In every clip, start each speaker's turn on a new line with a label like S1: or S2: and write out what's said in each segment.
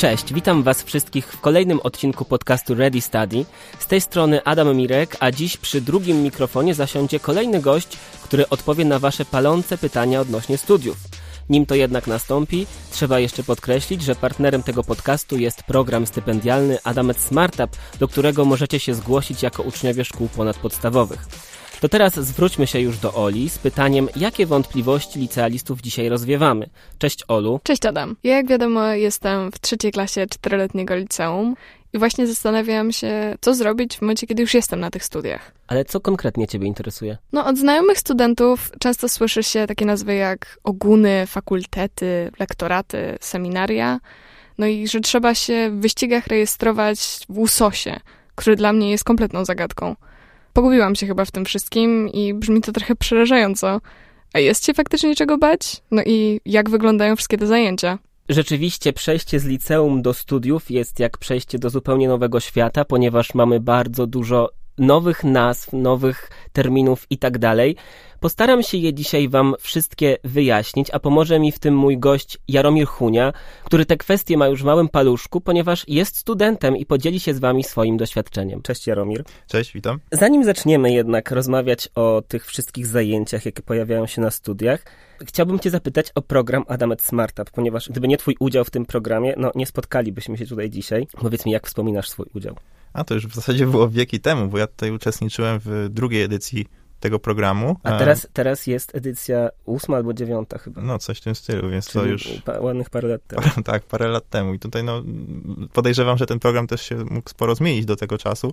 S1: Cześć, witam Was wszystkich w kolejnym odcinku podcastu Ready Study. Z tej strony Adam Mirek, a dziś przy drugim mikrofonie zasiądzie kolejny gość, który odpowie na Wasze palące pytania odnośnie studiów. Nim to jednak nastąpi, trzeba jeszcze podkreślić, że partnerem tego podcastu jest program stypendialny Adamet Smartup, do którego możecie się zgłosić jako uczniowie szkół ponadpodstawowych. To teraz zwróćmy się już do Oli z pytaniem, jakie wątpliwości licealistów dzisiaj rozwiewamy. Cześć Olu.
S2: Cześć Adam. Ja jak wiadomo jestem w 3. klasie 4-letniego liceum i właśnie zastanawiam się, co zrobić w momencie, kiedy już jestem na tych studiach.
S1: Ale co konkretnie Ciebie interesuje?
S2: Od znajomych studentów często słyszy się takie nazwy jak oguny, fakultety, lektoraty, seminaria. I że trzeba się w wyścigach rejestrować w USOS-ie, który dla mnie jest kompletną zagadką. Pogubiłam się chyba w tym wszystkim i brzmi to trochę przerażająco. A jest się faktycznie czego bać? I jak wyglądają wszystkie te zajęcia?
S1: Rzeczywiście przejście z liceum do studiów jest jak przejście do zupełnie nowego świata, ponieważ mamy bardzo dużo nowych nazw, nowych terminów i tak dalej. Postaram się je dzisiaj Wam wszystkie wyjaśnić, a pomoże mi w tym mój gość Jaromir Hunia, który te kwestie ma już w małym paluszku, ponieważ jest studentem i podzieli się z Wami swoim doświadczeniem. Cześć Jaromir.
S3: Cześć, witam.
S1: Zanim zaczniemy jednak rozmawiać o tych wszystkich zajęciach, jakie pojawiają się na studiach, chciałbym Cię zapytać o program Adamet Smartup, ponieważ gdyby nie Twój udział w tym programie, nie spotkalibyśmy się tutaj dzisiaj. Powiedz mi, jak wspominasz swój udział?
S3: A to już w zasadzie było wieki temu, bo ja tutaj uczestniczyłem w drugiej edycji tego programu.
S1: A teraz jest edycja 8 albo 9 chyba.
S3: Coś w tym stylu, więc
S1: czyli
S3: to już...
S1: ładnych parę lat temu.
S3: Tak, parę lat temu. I tutaj podejrzewam, że ten program też się mógł sporo zmienić do tego czasu.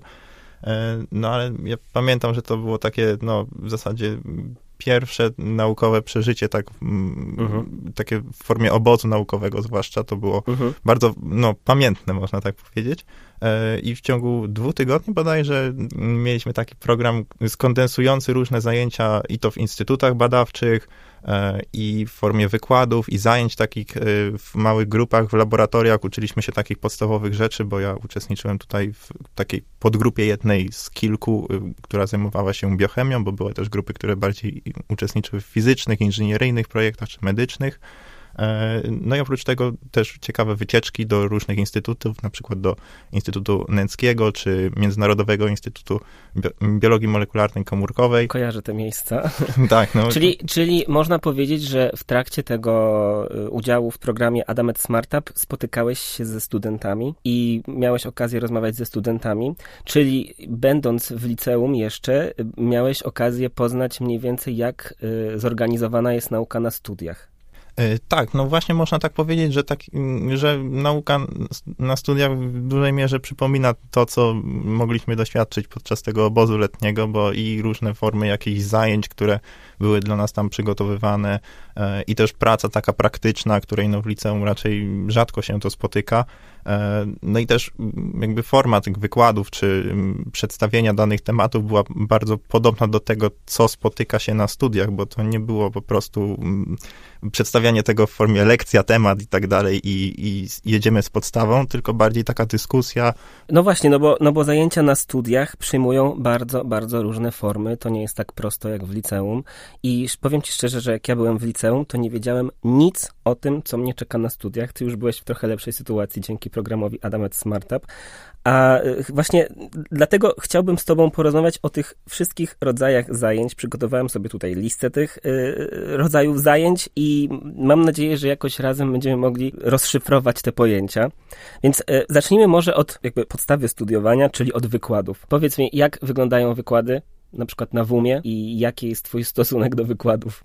S3: Ale ja pamiętam, że to było takie, w zasadzie pierwsze naukowe przeżycie, takie w formie obozu naukowego zwłaszcza, to było bardzo, pamiętne, można tak powiedzieć. I w ciągu 2 tygodni bodajże mieliśmy taki program skondensujący różne zajęcia i to w instytutach badawczych, i w formie wykładów i zajęć takich w małych grupach, w laboratoriach. Uczyliśmy się takich podstawowych rzeczy, bo ja uczestniczyłem tutaj w takiej podgrupie jednej z kilku, która zajmowała się biochemią, bo były też grupy, które bardziej uczestniczyły w fizycznych, inżynieryjnych projektach czy medycznych. I oprócz tego też ciekawe wycieczki do różnych instytutów, na przykład do Instytutu Nęckiego, czy Międzynarodowego Instytutu Biologii Molekularnej Komórkowej.
S1: Kojarzę te miejsca.
S3: Tak,
S1: Czyli można powiedzieć, że w trakcie tego udziału w programie Adamet Smartup spotykałeś się ze studentami i miałeś okazję rozmawiać ze studentami, czyli będąc w liceum jeszcze, miałeś okazję poznać mniej więcej, jak zorganizowana jest nauka na studiach.
S3: Tak, właśnie można tak powiedzieć, że nauka na studiach w dużej mierze przypomina to, co mogliśmy doświadczyć podczas tego obozu letniego, bo i różne formy jakichś zajęć, które były dla nas tam przygotowywane, i też praca taka praktyczna, której w liceum raczej rzadko się to spotyka. I też jakby forma tych wykładów, czy przedstawienia danych tematów była bardzo podobna do tego, co spotyka się na studiach, bo to nie było po prostu przedstawianie tego w formie lekcja, temat i tak dalej i jedziemy z podstawą, tylko bardziej taka dyskusja.
S1: Właśnie, bo zajęcia na studiach przyjmują bardzo, bardzo różne formy. To nie jest tak prosto jak w liceum. I powiem Ci szczerze, że jak ja byłem w liceum, to nie wiedziałem nic o tym, co mnie czeka na studiach. Ty już byłeś w trochę lepszej sytuacji dzięki programowi Adamet Smartup. A właśnie dlatego chciałbym z Tobą porozmawiać o tych wszystkich rodzajach zajęć. Przygotowałem sobie tutaj listę tych rodzajów zajęć i mam nadzieję, że jakoś razem będziemy mogli rozszyfrować te pojęcia. Więc zacznijmy może od podstawy studiowania, czyli od wykładów. Powiedz mi, jak wyglądają wykłady, na przykład na WUM-ie, i jaki jest Twój stosunek do wykładów?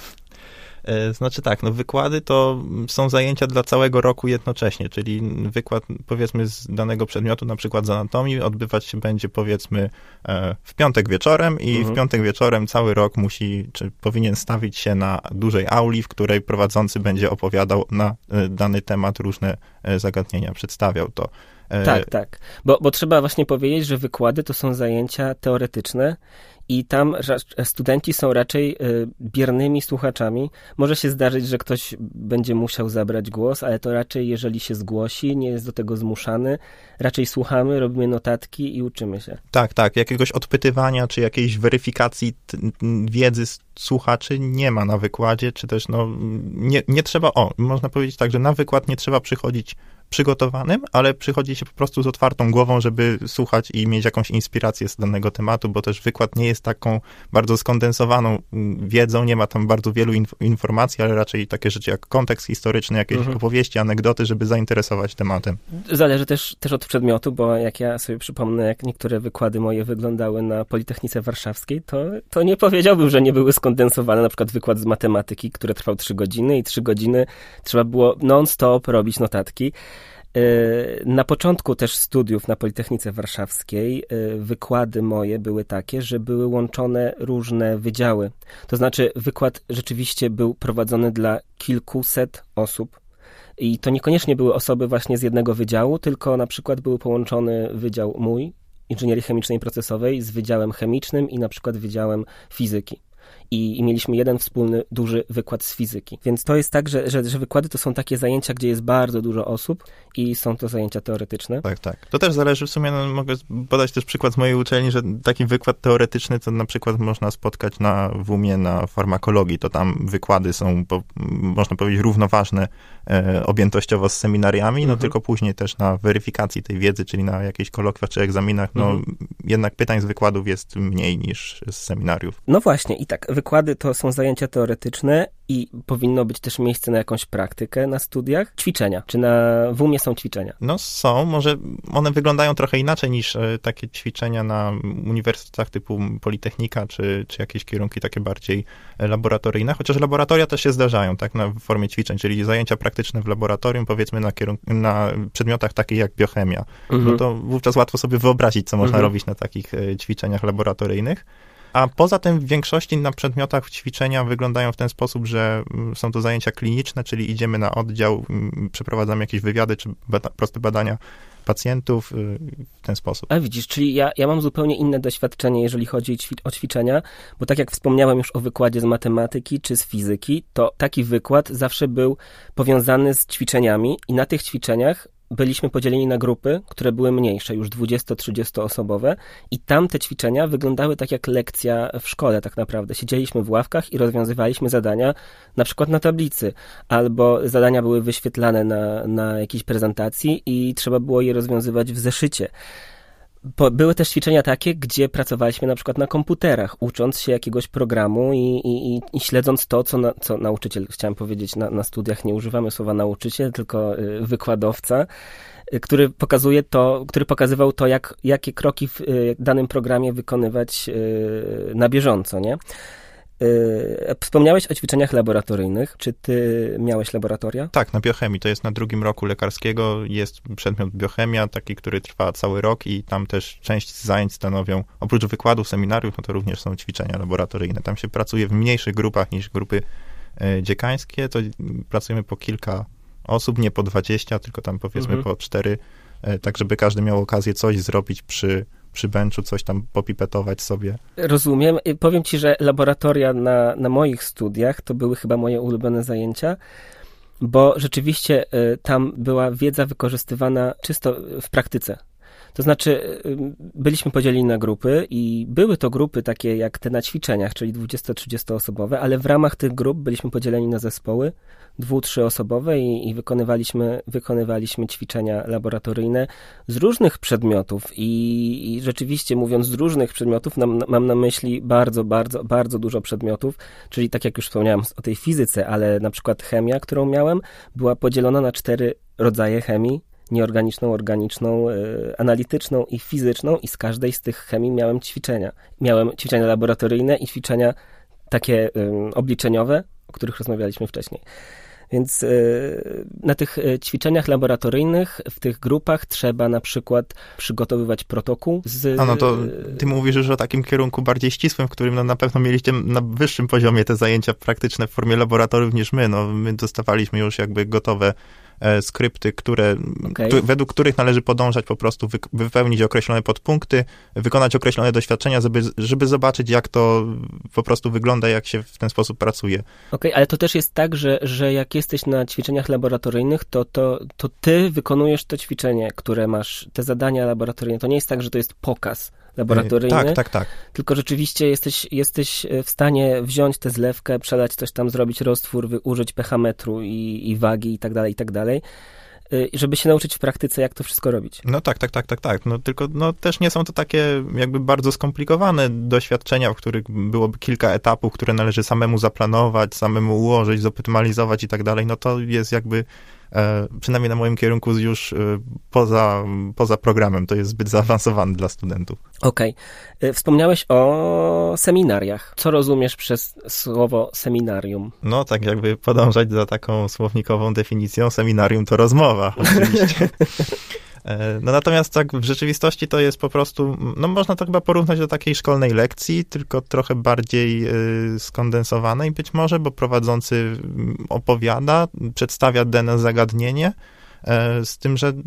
S3: Znaczy tak, wykłady to są zajęcia dla całego roku jednocześnie, czyli wykład powiedzmy z danego przedmiotu, na przykład z anatomii, odbywać się będzie powiedzmy w piątek wieczorem i w piątek wieczorem cały rok powinien stawić się na dużej auli, w której prowadzący będzie opowiadał na dany temat różne zagadnienia, przedstawiał to.
S1: Tak. Bo trzeba właśnie powiedzieć, że wykłady to są zajęcia teoretyczne i tam studenci są raczej biernymi słuchaczami. Może się zdarzyć, że ktoś będzie musiał zabrać głos, ale to raczej jeżeli się zgłosi, nie jest do tego zmuszany. Raczej słuchamy, robimy notatki i uczymy się.
S3: Tak. Jakiegoś odpytywania, czy jakiejś weryfikacji wiedzy słuchaczy nie ma na wykładzie, czy też nie trzeba, można powiedzieć tak, że na wykład nie trzeba przychodzić przygotowanym, ale przychodzi się po prostu z otwartą głową, żeby słuchać i mieć jakąś inspirację z danego tematu, bo też wykład nie jest taką bardzo skondensowaną wiedzą, nie ma tam bardzo wielu informacji, ale raczej takie rzeczy jak kontekst historyczny, jakieś opowieści, anegdoty, żeby zainteresować tematem.
S1: Zależy też od przedmiotu, bo jak ja sobie przypomnę, jak niektóre wykłady moje wyglądały na Politechnice Warszawskiej, to nie powiedziałbym, że nie były skondensowane. Na przykład wykład z matematyki, który trwał 3 godziny i 3 godziny trzeba było non-stop robić notatki. Na początku też studiów na Politechnice Warszawskiej wykłady moje były takie, że były łączone różne wydziały. To znaczy wykład rzeczywiście był prowadzony dla kilkuset osób. I to niekoniecznie były osoby właśnie z jednego wydziału, tylko na przykład był połączony wydział mój, inżynierii chemicznej i procesowej, z wydziałem chemicznym i na przykład wydziałem fizyki. I mieliśmy jeden wspólny, duży wykład z fizyki. Więc to jest tak, że wykłady to są takie zajęcia, gdzie jest bardzo dużo osób i są to zajęcia teoretyczne.
S3: Tak. To też zależy w sumie, mogę podać też przykład z mojej uczelni, że taki wykład teoretyczny to na przykład można spotkać na WUM-ie na farmakologii. To tam wykłady są, można powiedzieć, równoważne objętościowo z seminariami, no tylko później też na weryfikacji tej wiedzy, czyli na jakichś kolokwiach czy egzaminach, jednak pytań z wykładów jest mniej niż z seminariów.
S1: No właśnie i tak, wykłady to są zajęcia teoretyczne i powinno być też miejsce na jakąś praktykę na studiach. Ćwiczenia. Czy na WUM-ie są ćwiczenia?
S3: No są, może one wyglądają trochę inaczej niż takie ćwiczenia na uniwersytetach typu Politechnika, czy jakieś kierunki takie bardziej laboratoryjne, chociaż laboratoria też się zdarzają, tak, na formie ćwiczeń, czyli zajęcia praktyczne w laboratorium, powiedzmy na przedmiotach takich jak biochemia. No to wówczas łatwo sobie wyobrazić, co można robić na takich ćwiczeniach laboratoryjnych. A poza tym w większości na przedmiotach ćwiczenia wyglądają w ten sposób, że są to zajęcia kliniczne, czyli idziemy na oddział, przeprowadzamy jakieś wywiady czy proste badania pacjentów w ten sposób.
S1: A widzisz, czyli ja mam zupełnie inne doświadczenie, jeżeli chodzi o ćwiczenia, bo tak jak wspomniałem już o wykładzie z matematyki czy z fizyki, to taki wykład zawsze był powiązany z ćwiczeniami i na tych ćwiczeniach byliśmy podzieleni na grupy, które były mniejsze, już 20-30 osobowe i tam te ćwiczenia wyglądały tak jak lekcja w szkole tak naprawdę. Siedzieliśmy w ławkach i rozwiązywaliśmy zadania na przykład na tablicy, albo zadania były wyświetlane na jakiejś prezentacji i trzeba było je rozwiązywać w zeszycie. Były też ćwiczenia takie, gdzie pracowaliśmy na przykład na komputerach, ucząc się jakiegoś programu i śledząc to, co nauczyciel, chciałem powiedzieć, na studiach nie używamy słowa nauczyciel, tylko wykładowca, który pokazywał to, jakie kroki w danym programie wykonywać na bieżąco, nie? Wspomniałeś o ćwiczeniach laboratoryjnych. Czy ty miałeś laboratoria?
S3: Tak, na biochemii. To jest na 2. roku lekarskiego. Jest przedmiot biochemia, taki, który trwa cały rok i tam też część zajęć stanowią, oprócz wykładów, seminariów, no to również są ćwiczenia laboratoryjne. Tam się pracuje w mniejszych grupach niż grupy dziekańskie. To pracujemy po kilka osób, nie po 20, tylko tam powiedzmy po 4, tak żeby każdy miał okazję coś zrobić przy benchu, coś tam popipetować sobie.
S1: Rozumiem. Powiem ci, że laboratoria na moich studiach to były chyba moje ulubione zajęcia, bo rzeczywiście tam była wiedza wykorzystywana czysto w praktyce. To znaczy, byliśmy podzieleni na grupy i były to grupy takie jak te na ćwiczeniach, czyli 20-30 osobowe, ale w ramach tych grup byliśmy podzieleni na zespoły 2-3 osobowe i wykonywaliśmy ćwiczenia laboratoryjne z różnych przedmiotów i rzeczywiście mówiąc z różnych przedmiotów, mam na myśli bardzo, bardzo, bardzo dużo przedmiotów, czyli tak jak już wspomniałem o tej fizyce, ale na przykład chemia, którą miałem, była podzielona na 4 rodzaje chemii, nieorganiczną, organiczną, analityczną i fizyczną i z każdej z tych chemii miałem ćwiczenia. Miałem ćwiczenia laboratoryjne i ćwiczenia takie obliczeniowe, o których rozmawialiśmy wcześniej. Więc na tych ćwiczeniach laboratoryjnych, w tych grupach trzeba na przykład przygotowywać protokół z...
S3: No to ty mówisz już o takim kierunku bardziej ścisłym, w którym no, na pewno mieliście na wyższym poziomie te zajęcia praktyczne w formie laboratoriów niż my. No, my dostawaliśmy już jakby gotowe skrypty, według których należy podążać, po prostu wypełnić określone podpunkty, wykonać określone doświadczenia, żeby zobaczyć, jak to po prostu wygląda, jak się w ten sposób pracuje.
S1: Okej, ale to też jest tak, że jak jesteś na ćwiczeniach laboratoryjnych, to ty wykonujesz to ćwiczenie, które masz, te zadania laboratoryjne. To nie jest tak, że to jest pokaz laboratoryjny.
S3: Tak.
S1: Tylko rzeczywiście jesteś w stanie wziąć tę zlewkę, przelać coś tam, zrobić roztwór, użyć pH-metru i wagi i tak dalej, i tak dalej. żeby się nauczyć w praktyce, jak to wszystko robić.
S3: No tak. No tylko też nie są to takie jakby bardzo skomplikowane doświadczenia, w których byłoby kilka etapów, które należy samemu zaplanować, samemu ułożyć, zoptymalizować i tak dalej. No to jest jakby przynajmniej na moim kierunku już poza programem. To jest zbyt zaawansowane dla studentów.
S1: Okej. Wspomniałeś o seminariach. Co rozumiesz przez słowo seminarium?
S3: No tak jakby podążać za taką słownikową definicją, seminarium to rozmowa, oczywiście. No natomiast tak w rzeczywistości to jest po prostu, no można to chyba porównać do takiej szkolnej lekcji, tylko trochę bardziej skondensowanej być może, bo prowadzący opowiada, przedstawia dane zagadnienie, z tym, że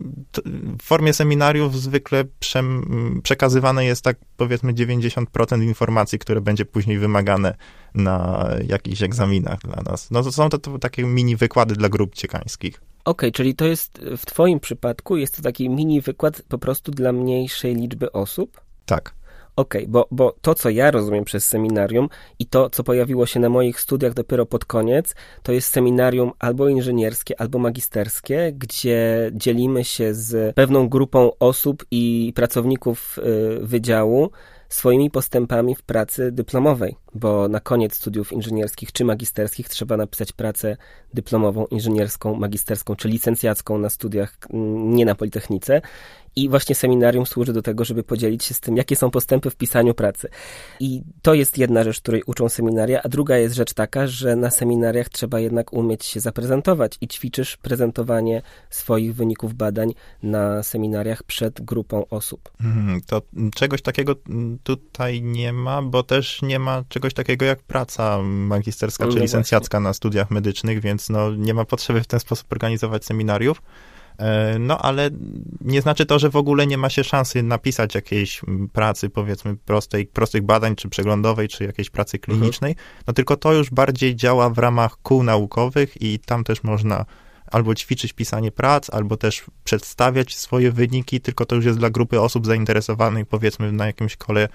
S3: w formie seminariów zwykle przekazywane jest tak powiedzmy 90% informacji, które będzie później wymagane na jakichś egzaminach dla nas. No to są to takie mini wykłady dla grup ciekańskich.
S1: Okej, czyli to jest, w twoim przypadku jest to taki mini wykład po prostu dla mniejszej liczby osób?
S3: Tak.
S1: Okej, bo to, co ja rozumiem przez seminarium i to, co pojawiło się na moich studiach dopiero pod koniec, to jest seminarium albo inżynierskie, albo magisterskie, gdzie dzielimy się z pewną grupą osób i pracowników wydziału swoimi postępami w pracy dyplomowej, bo na koniec studiów inżynierskich czy magisterskich trzeba napisać pracę dyplomową, inżynierską, magisterską czy licencjacką na studiach, nie na Politechnice. I właśnie seminarium służy do tego, żeby podzielić się z tym, jakie są postępy w pisaniu pracy. I to jest jedna rzecz, której uczą seminaria, a druga jest rzecz taka, że na seminariach trzeba jednak umieć się zaprezentować i ćwiczysz prezentowanie swoich wyników badań na seminariach przed grupą osób.
S3: To czegoś takiego tutaj nie ma, bo też nie ma czegoś takiego jak praca magisterska czy licencjacka na studiach medycznych, więc nie ma potrzeby w ten sposób organizować seminariów. No, ale nie znaczy to, że w ogóle nie ma się szansy napisać jakiejś pracy, powiedzmy, prostych badań, czy przeglądowej, czy jakiejś pracy klinicznej, no tylko to już bardziej działa w ramach kół naukowych i tam też można albo ćwiczyć pisanie prac, albo też przedstawiać swoje wyniki, tylko to już jest dla grupy osób zainteresowanych, powiedzmy, na jakimś kole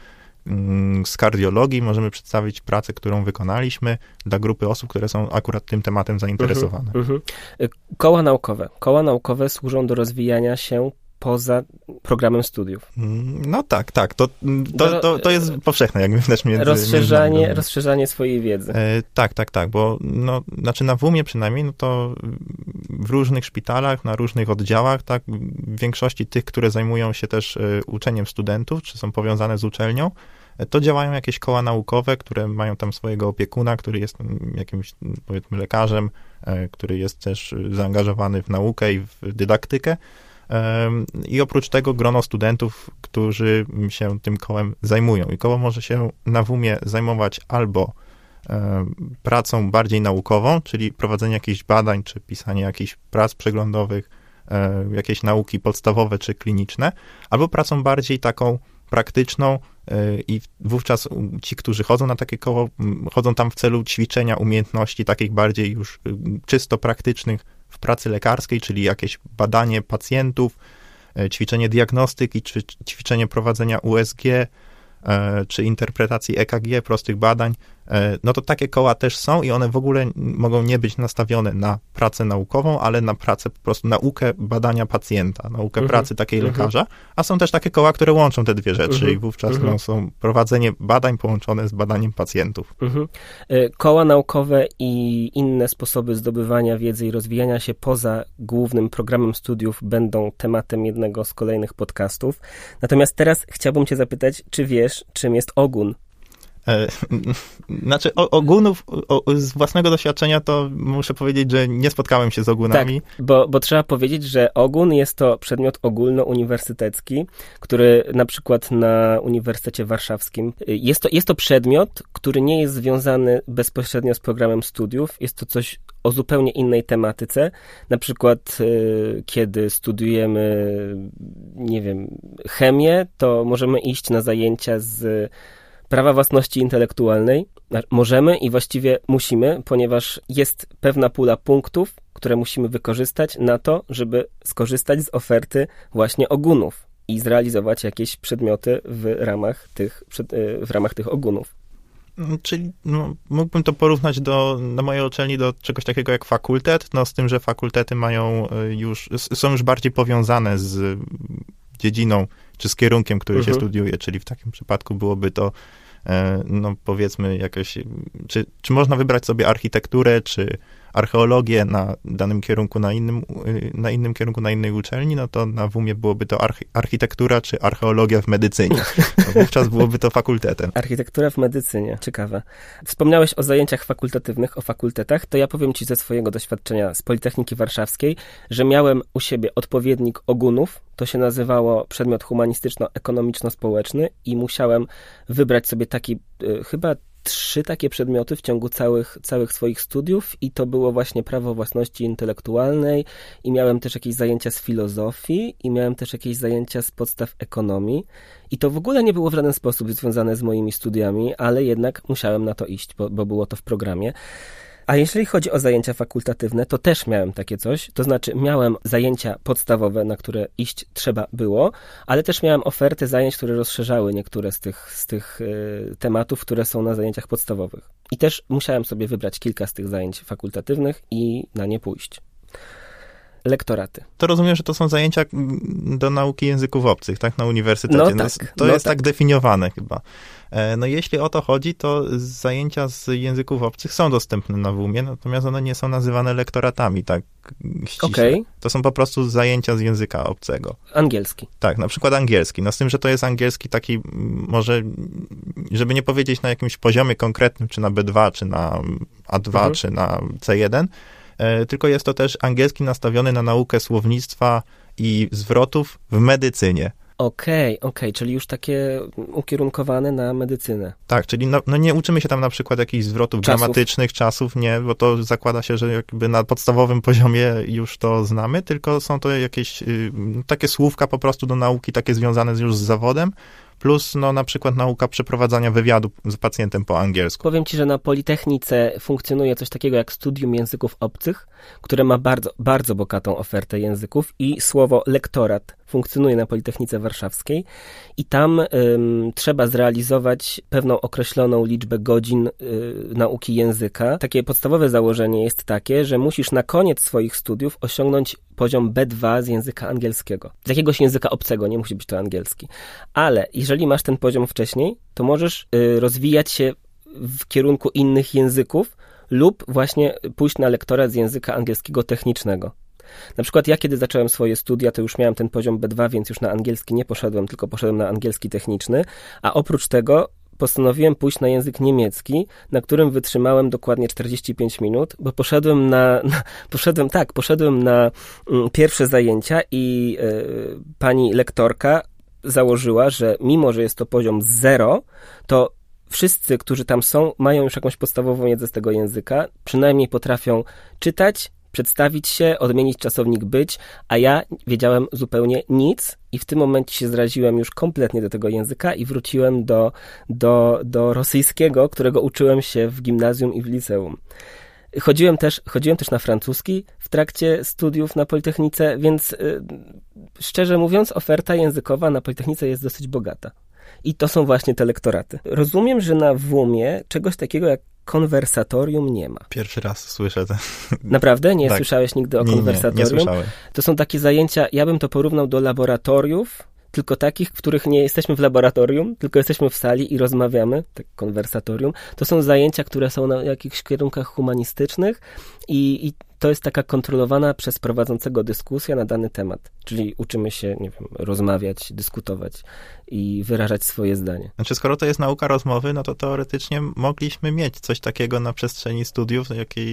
S3: z kardiologii możemy przedstawić pracę, którą wykonaliśmy dla grupy osób, które są akurat tym tematem zainteresowane.
S1: Koła naukowe służą do rozwijania się poza programem studiów.
S3: No tak. To jest powszechne, jakby też między
S1: rozszerzanie swojej wiedzy.
S3: Tak, bo na WUM-ie przynajmniej, to w różnych szpitalach, na różnych oddziałach, tak, w większości tych, które zajmują się też uczeniem studentów, czy są powiązane z uczelnią, to działają jakieś koła naukowe, które mają tam swojego opiekuna, który jest jakimś, powiedzmy, lekarzem, który jest też zaangażowany w naukę i w dydaktykę. I oprócz tego grono studentów, którzy się tym kołem zajmują. I koło może się na WUM-ie zajmować albo pracą bardziej naukową, czyli prowadzenie jakichś badań, czy pisanie jakichś prac przeglądowych, jakieś nauki podstawowe czy kliniczne, albo pracą bardziej taką praktyczną i wówczas ci, którzy chodzą na takie koło, chodzą tam w celu ćwiczenia umiejętności takich bardziej już czysto praktycznych w pracy lekarskiej, czyli jakieś badanie pacjentów, ćwiczenie diagnostyki, czy ćwiczenie prowadzenia USG, czy interpretacji EKG, prostych badań, no to takie koła też są i one w ogóle mogą nie być nastawione na pracę naukową, ale na pracę po prostu, naukę badania pacjenta, naukę pracy takiej lekarza, a są też takie koła, które łączą te dwie rzeczy i wówczas są prowadzenie badań połączone z badaniem pacjentów.
S1: Koła naukowe i inne sposoby zdobywania wiedzy i rozwijania się poza głównym programem studiów będą tematem jednego z kolejnych podcastów. Natomiast teraz chciałbym cię zapytać, czy wiesz, czym jest ogun?
S3: Znaczy ogunów z własnego doświadczenia to muszę powiedzieć, że nie spotkałem się z ogunami.
S1: Tak, bo trzeba powiedzieć, że ogun jest to przedmiot ogólnouniwersytecki, który na przykład na Uniwersytecie Warszawskim jest to przedmiot, który nie jest związany bezpośrednio z programem studiów. Jest to coś o zupełnie innej tematyce. Na przykład kiedy studiujemy, nie wiem, chemię, to możemy iść na zajęcia z prawa własności intelektualnej. Możemy i właściwie musimy, ponieważ jest pewna pula punktów, które musimy wykorzystać na to, żeby skorzystać z oferty właśnie ogunów i zrealizować jakieś przedmioty w ramach tych ogunów.
S3: Czyli mógłbym to porównać na mojej uczelni do czegoś takiego jak fakultet, z tym, że fakultety są już bardziej powiązane z dziedziną, czy z kierunkiem, który się studiuje, czyli w takim przypadku byłoby to powiedzmy jakoś, czy można wybrać sobie architekturę, czy archeologię na danym kierunku, na innym kierunku, na innej uczelni, to na WUM-ie byłoby to architektura, czy archeologia w medycynie. Wówczas byłoby to fakultetem.
S1: Architektura w medycynie. Ciekawe. Wspomniałeś o zajęciach fakultatywnych, o fakultetach, to ja powiem ci ze swojego doświadczenia z Politechniki Warszawskiej, że miałem u siebie odpowiednik ogunów, to się nazywało przedmiot humanistyczno-ekonomiczno-społeczny i musiałem wybrać sobie taki chyba 3 takie przedmioty w ciągu całych swoich studiów i to było właśnie prawo własności intelektualnej i miałem też jakieś zajęcia z filozofii i miałem też jakieś zajęcia z podstaw ekonomii i to w ogóle nie było w żaden sposób związane z moimi studiami, ale jednak musiałem na to iść, bo było to w programie. A jeżeli chodzi o zajęcia fakultatywne, to też miałem takie coś, to znaczy miałem zajęcia podstawowe, na które iść trzeba było, ale też miałem oferty zajęć, które rozszerzały niektóre z tych tematów, które są na zajęciach podstawowych. I też musiałem sobie wybrać kilka z tych zajęć fakultatywnych i na nie pójść. Lektoraty.
S3: To rozumiem, że to są zajęcia do nauki języków obcych, tak? Na uniwersytecie. To jest tak definiowane chyba. Jeśli o to chodzi, to zajęcia z języków obcych są dostępne na WUM-ie, natomiast one nie są nazywane lektoratami, tak ściśle. Okay. To są po prostu zajęcia z języka obcego.
S1: Angielski.
S3: Tak, na przykład angielski. Z tym, że to jest angielski taki, może, żeby nie powiedzieć na jakimś poziomie konkretnym, czy na B2, czy na A2, czy na C1, tylko jest to też angielski nastawiony na naukę słownictwa i zwrotów w medycynie.
S1: Okej, czyli już takie ukierunkowane na medycynę.
S3: Tak, czyli nie uczymy się tam na przykład jakichś zwrotów gramatycznych, czasów, nie, bo to zakłada się, że jakby na podstawowym poziomie już to znamy, tylko są to jakieś takie słówka po prostu do nauki, takie związane już z zawodem, plus na przykład nauka przeprowadzania wywiadu z pacjentem po angielsku.
S1: Powiem ci, że na Politechnice funkcjonuje coś takiego jak studium języków obcych, które ma bardzo, bardzo bogatą ofertę języków i słowo lektorat funkcjonuje na Politechnice Warszawskiej i tam trzeba zrealizować pewną określoną liczbę godzin nauki języka. Takie podstawowe założenie jest takie, że musisz na koniec swoich studiów osiągnąć poziom B2 z języka angielskiego. Z jakiegoś języka obcego, nie musi być to angielski. Ale jeżeli masz ten poziom wcześniej, to możesz rozwijać się w kierunku innych języków lub właśnie pójść na lektorat z języka angielskiego technicznego. Na przykład ja, kiedy zacząłem swoje studia, to już miałem ten poziom B2, więc już na angielski nie poszedłem, tylko poszedłem na angielski techniczny, a oprócz tego postanowiłem pójść na język niemiecki, na którym wytrzymałem dokładnie 45 minut, bo poszedłem na pierwsze zajęcia i pani lektorka założyła, że mimo, że jest to poziom 0, to wszyscy, którzy tam są, mają już jakąś podstawową wiedzę z tego języka, przynajmniej potrafią czytać, przedstawić się, odmienić czasownik być, a ja wiedziałem zupełnie nic i w tym momencie się zraziłem już kompletnie do tego języka i wróciłem do rosyjskiego, którego uczyłem się w gimnazjum i w liceum. Chodziłem też na francuski w trakcie studiów na Politechnice, więc szczerze mówiąc, oferta językowa na Politechnice jest dosyć bogata. I to są właśnie te lektoraty. Rozumiem, że na WUM-ie czegoś takiego jak konwersatorium nie ma.
S3: Pierwszy raz słyszę to.
S1: Naprawdę? Nie słyszałeś nigdy o konwersatorium?
S3: Nie słyszałem.
S1: To są takie zajęcia, ja bym to porównał do laboratoriów, tylko takich, w których nie jesteśmy w laboratorium, tylko jesteśmy w sali i rozmawiamy, tak konwersatorium. To są zajęcia, które są na jakichś kierunkach humanistycznych i to jest taka kontrolowana przez prowadzącego dyskusja na dany temat. Czyli uczymy się, nie wiem, rozmawiać, dyskutować i wyrażać swoje zdanie.
S3: Znaczy, skoro to jest nauka rozmowy, no to teoretycznie mogliśmy mieć coś takiego na przestrzeni studiów,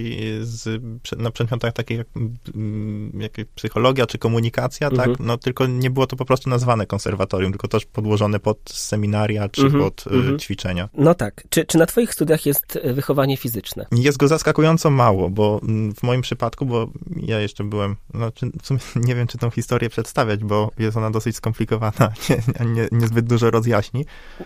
S3: na przedmiotach takich jak psychologia czy komunikacja, tak? No tylko nie było to po prostu nazwane konserwatorium, tylko też podłożone pod seminaria czy pod ćwiczenia.
S1: No tak. Czy na twoich studiach jest wychowanie fizyczne?
S3: Jest go zaskakująco mało, bo w moim przypadku, bo ja jeszcze byłem, w sumie nie wiem, czy tą historię przedstawiać, bo jest ona dosyć skomplikowana, niezbyt dużo rozjaśni.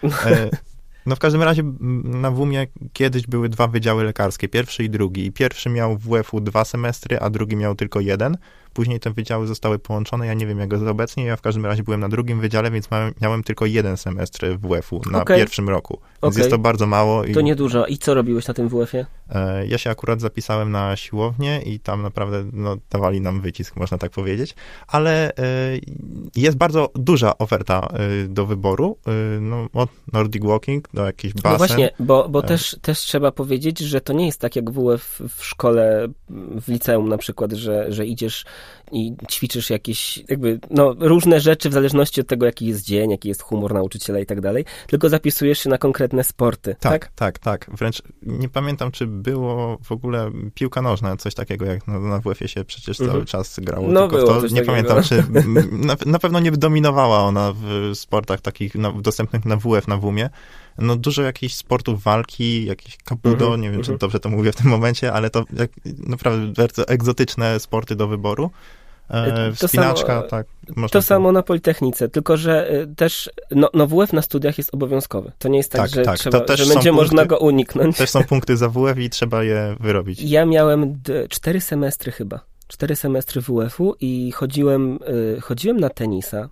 S3: W każdym razie na WUM-ie kiedyś były 2 wydziały lekarskie, pierwszy i drugi. I pierwszy miał w WF-u 2 semestry, a drugi miał tylko 1. później te wydziały zostały połączone, ja nie wiem jak jest obecnie, ja w każdym razie byłem na drugim wydziale, więc miałem tylko jeden semestr WF-u na pierwszym roku, więc jest to bardzo mało.
S1: To niedużo. I co robiłeś na tym WF-ie?
S3: Ja się akurat zapisałem na siłownię i tam naprawdę dawali nam wycisk, można tak powiedzieć, ale jest bardzo duża oferta do wyboru, od Nordic Walking do jakichś basen.
S1: No właśnie, bo też trzeba powiedzieć, że to nie jest tak jak WF w szkole, w liceum na przykład, że idziesz i ćwiczysz jakieś różne rzeczy w zależności od tego, jaki jest dzień, jaki jest humor nauczyciela i tak dalej, tylko zapisujesz się na konkretne sporty.
S3: Tak. Wręcz nie pamiętam, czy było w ogóle piłka nożna, coś takiego, jak na WF-ie się przecież cały czas grało.
S1: No
S3: tylko
S1: było
S3: to nie pamiętam, czy na pewno nie dominowała ona w sportach takich dostępnych na WF, na WUM-ie. Dużo jakichś sportów walki, jakieś kabudo, nie wiem, czy dobrze to mówię w tym momencie, ale to naprawdę bardzo egzotyczne sporty do wyboru. Wspinaczka, tak.
S1: To samo na Politechnice, tylko że też WF na studiach jest obowiązkowy. To nie jest tak, że że będzie można go uniknąć.
S3: Też są punkty za WF i trzeba je wyrobić.
S1: Ja miałem 4 semestry chyba. 4 semestry WF-u i chodziłem na tenisa,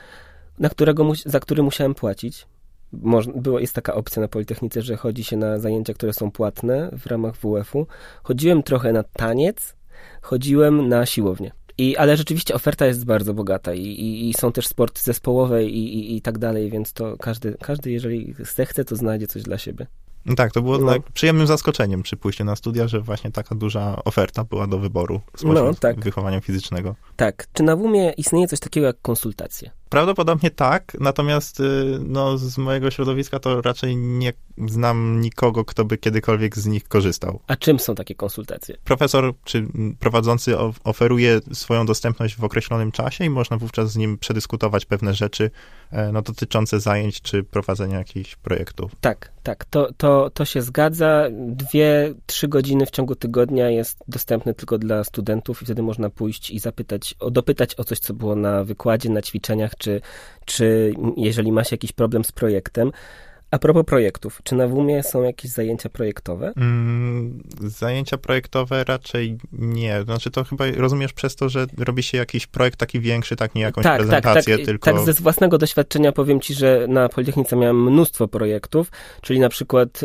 S1: za który musiałem płacić. Jest taka opcja na Politechnice, że chodzi się na zajęcia, które są płatne w ramach WF-u. Chodziłem trochę na taniec, chodziłem na siłownię. Ale rzeczywiście oferta jest bardzo bogata i są też sporty zespołowe i tak dalej, więc to każdy, jeżeli zechce, to znajdzie coś dla siebie.
S3: No tak, to było przyjemnym zaskoczeniem przy pójściu na studia, że właśnie taka duża oferta była do wyboru spośród wychowania fizycznego.
S1: Tak. Czy na WUM-ie istnieje coś takiego jak konsultacje?
S3: Prawdopodobnie tak, natomiast z mojego środowiska to raczej nie znam nikogo, kto by kiedykolwiek z nich korzystał.
S1: A czym są takie konsultacje?
S3: Profesor czy prowadzący oferuje swoją dostępność w określonym czasie i można wówczas z nim przedyskutować pewne rzeczy dotyczące zajęć czy prowadzenia jakichś projektów.
S1: Tak. To się zgadza. 2-3 godziny w ciągu tygodnia jest dostępne tylko dla studentów i wtedy można pójść i dopytać o coś, co było na wykładzie, na ćwiczeniach, czy jeżeli ma się jakiś problem z projektem. A propos projektów, czy na WUM-ie są jakieś zajęcia projektowe?
S3: Zajęcia projektowe raczej nie. Znaczy to chyba rozumiesz przez to, że robi się jakiś projekt taki większy, tak nie jakąś prezentację, tylko... Tak,
S1: ze własnego doświadczenia powiem ci, że na Politechnice miałem mnóstwo projektów, czyli na przykład,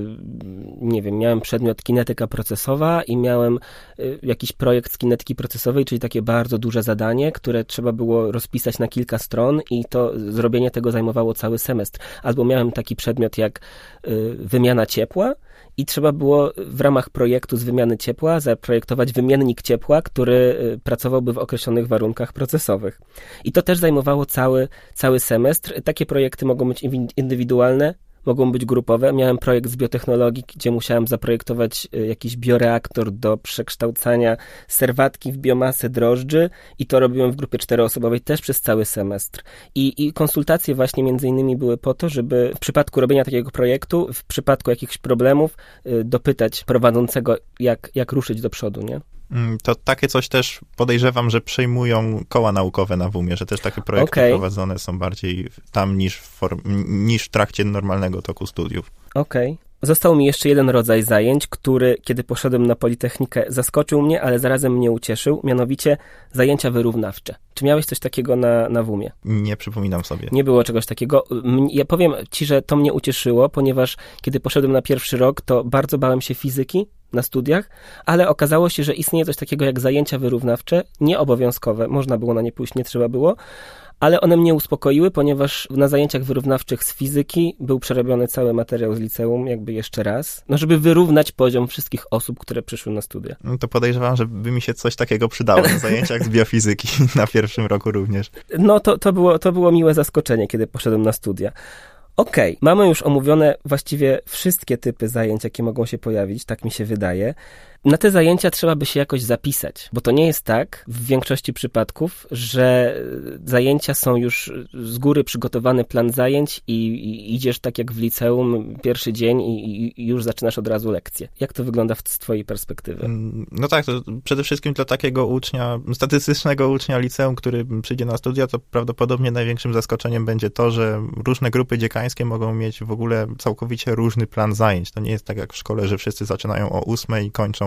S1: miałem przedmiot kinetyka procesowa i miałem jakiś projekt z kinetyki procesowej, czyli takie bardzo duże zadanie, które trzeba było rozpisać na kilka stron i to zrobienie tego zajmowało cały semestr. Albo miałem taki przedmiot jak wymiana ciepła i trzeba było w ramach projektu z wymiany ciepła zaprojektować wymiennik ciepła, który pracowałby w określonych warunkach procesowych. I to też zajmowało cały semestr. Takie projekty mogą być indywidualne, mogą być grupowe. Miałem projekt z biotechnologii, gdzie musiałem zaprojektować jakiś bioreaktor do przekształcania serwatki w biomasę drożdży i to robiłem w grupie 4-osobowej też przez cały semestr. I konsultacje właśnie między innymi były po to, żeby w przypadku robienia takiego projektu, w przypadku jakichś problemów dopytać prowadzącego, jak ruszyć do przodu, nie?
S3: To takie coś też podejrzewam, że przejmują koła naukowe na WUM-ie, że też takie projekty prowadzone są bardziej tam niż w trakcie normalnego toku studiów.
S1: Okej. Został mi jeszcze jeden rodzaj zajęć, który, kiedy poszedłem na Politechnikę, zaskoczył mnie, ale zarazem mnie ucieszył, mianowicie zajęcia wyrównawcze. Czy miałeś coś takiego na WUM-ie?
S3: Nie przypominam sobie.
S1: Nie było czegoś takiego. Ja powiem ci, że to mnie ucieszyło, ponieważ kiedy poszedłem na pierwszy rok, to bardzo bałem się fizyki na studiach, ale okazało się, że istnieje coś takiego jak zajęcia wyrównawcze, nieobowiązkowe. Można było na nie pójść, nie trzeba było. Ale one mnie uspokoiły, ponieważ na zajęciach wyrównawczych z fizyki był przerobiony cały materiał z liceum, jakby jeszcze raz, żeby wyrównać poziom wszystkich osób, które przyszły na studia.
S3: No to podejrzewam, że by mi się coś takiego przydało na zajęciach z biofizyki na pierwszym roku również.
S1: No to było miłe zaskoczenie, kiedy poszedłem na studia. Okej, mamy już omówione właściwie wszystkie typy zajęć, jakie mogą się pojawić, tak mi się wydaje. Na te zajęcia trzeba by się jakoś zapisać, bo to nie jest tak w większości przypadków, że zajęcia są już z góry przygotowany plan zajęć i idziesz tak jak w liceum pierwszy dzień i już zaczynasz od razu lekcję. Jak to wygląda z twojej perspektywy?
S3: No tak, to przede wszystkim dla takiego statystycznego ucznia liceum, który przyjdzie na studia, to prawdopodobnie największym zaskoczeniem będzie to, że różne grupy dziekańskie mogą mieć w ogóle całkowicie różny plan zajęć. To nie jest tak jak w szkole, że wszyscy zaczynają o 8:00 i kończą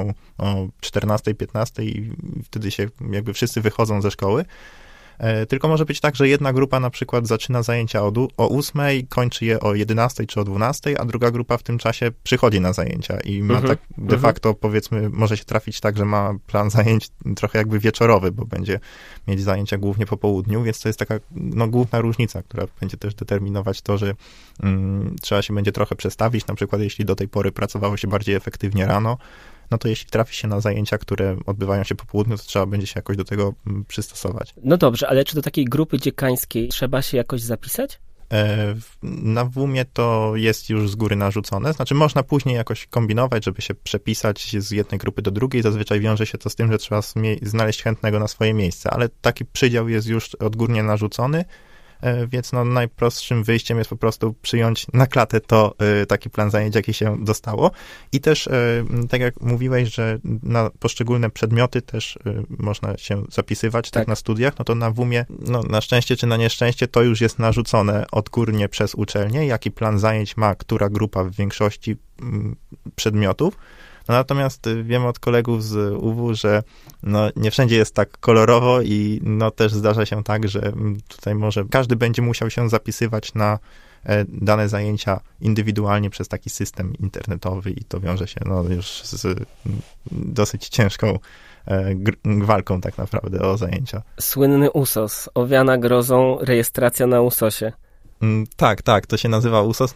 S3: zaczynają o 14, 15 i wtedy się jakby wszyscy wychodzą ze szkoły. Tylko może być tak, że jedna grupa na przykład zaczyna zajęcia o 8, kończy je o 11 czy o 12, a druga grupa w tym czasie przychodzi na zajęcia i ma tak de facto, powiedzmy, może się trafić tak, że ma plan zajęć trochę jakby wieczorowy, bo będzie mieć zajęcia głównie po południu, więc to jest taka główna różnica, która będzie też determinować to, że trzeba się będzie trochę przestawić, na przykład jeśli do tej pory pracowało się bardziej efektywnie rano, no to jeśli trafi się na zajęcia, które odbywają się po południu, to trzeba będzie się jakoś do tego przystosować.
S1: No dobrze, ale czy do takiej grupy dziekańskiej trzeba się jakoś zapisać?
S3: Na WUM-ie to jest już z góry narzucone, znaczy można później jakoś kombinować, żeby się przepisać z jednej grupy do drugiej, zazwyczaj wiąże się to z tym, że trzeba znaleźć chętnego na swoje miejsce, ale taki przydział jest już odgórnie narzucony, więc najprostszym wyjściem jest po prostu przyjąć na klatę taki plan zajęć, jaki się dostało. I też, tak jak mówiłeś, że na poszczególne przedmioty też można się zapisywać tak na studiach, no to na WUM-ie, na szczęście czy na nieszczęście, to już jest narzucone odgórnie przez uczelnię, jaki plan zajęć ma która grupa w większości przedmiotów. Natomiast wiemy od kolegów z UW, że nie wszędzie jest tak kolorowo i też zdarza się tak, że tutaj może każdy będzie musiał się zapisywać na dane zajęcia indywidualnie przez taki system internetowy i to wiąże się już z dosyć ciężką walką tak naprawdę o zajęcia.
S1: Słynny USOS, owiana grozą rejestracja na USOS-ie.
S3: Tak, to się nazywa USOS.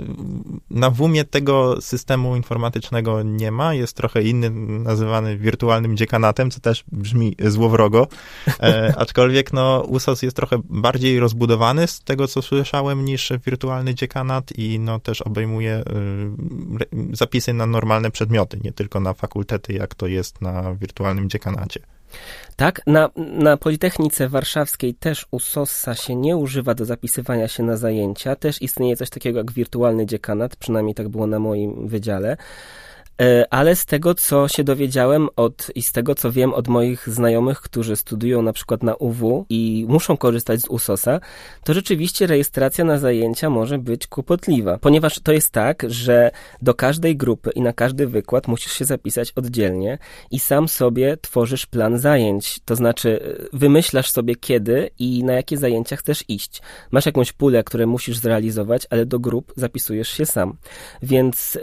S3: Na WUM-ie tego systemu informatycznego nie ma, jest trochę inny, nazywany wirtualnym dziekanatem, co też brzmi złowrogo, aczkolwiek USOS jest trochę bardziej rozbudowany z tego, co słyszałem, niż wirtualny dziekanat i też obejmuje zapisy na normalne przedmioty, nie tylko na fakultety, jak to jest na wirtualnym dziekanacie.
S1: Tak, na Politechnice Warszawskiej też USOS-a się nie używa do zapisywania się na zajęcia. Też istnieje coś takiego jak wirtualny dziekanat, przynajmniej tak było na moim wydziale. Ale z tego, co się dowiedziałem i z tego, co wiem od moich znajomych, którzy studiują na przykład na UW i muszą korzystać z USOS-a, to rzeczywiście rejestracja na zajęcia może być kłopotliwa, ponieważ to jest tak, że do każdej grupy i na każdy wykład musisz się zapisać oddzielnie i sam sobie tworzysz plan zajęć, to znaczy wymyślasz sobie kiedy i na jakie zajęcia chcesz iść. Masz jakąś pulę, które musisz zrealizować, ale do grup zapisujesz się sam. Więc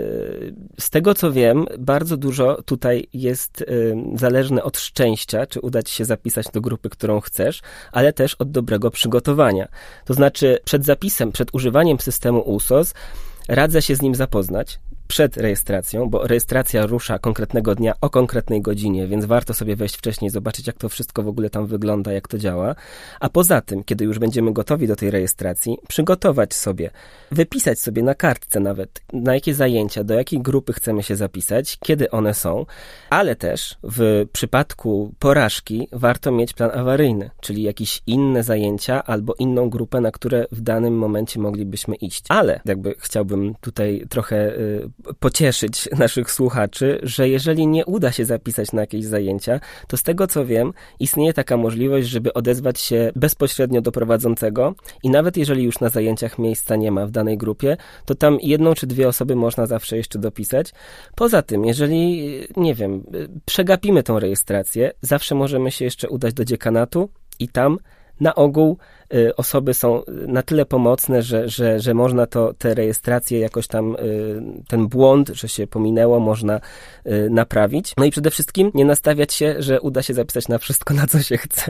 S1: z tego, co wiem, bardzo dużo tutaj jest zależne od szczęścia, czy uda ci się zapisać do grupy, którą chcesz, ale też od dobrego przygotowania. To znaczy przed zapisem, przed używaniem systemu USOS radzę się z nim zapoznać przed rejestracją, bo rejestracja rusza konkretnego dnia o konkretnej godzinie, więc warto sobie wejść wcześniej, zobaczyć, jak to wszystko w ogóle tam wygląda, jak to działa. A poza tym, kiedy już będziemy gotowi do tej rejestracji, przygotować sobie, wypisać sobie na kartce nawet, na jakie zajęcia, do jakiej grupy chcemy się zapisać, kiedy one są, ale też w przypadku porażki warto mieć plan awaryjny, czyli jakieś inne zajęcia albo inną grupę, na które w danym momencie moglibyśmy iść. Ale jakby chciałbym tutaj trochę pocieszyć naszych słuchaczy, że jeżeli nie uda się zapisać na jakieś zajęcia, to z tego co wiem, istnieje taka możliwość, żeby odezwać się bezpośrednio do prowadzącego i nawet jeżeli już na zajęciach miejsca nie ma w danej grupie, to tam 1 czy 2 osoby można zawsze jeszcze dopisać. Poza tym, jeżeli, nie wiem, przegapimy tą rejestrację, zawsze możemy się jeszcze udać do dziekanatu i tam na ogół osoby są na tyle pomocne, że można te rejestracje jakoś tam, ten błąd, że się pominęło, można naprawić. No i przede wszystkim nie nastawiać się, że uda się zapisać na wszystko, na co się chce.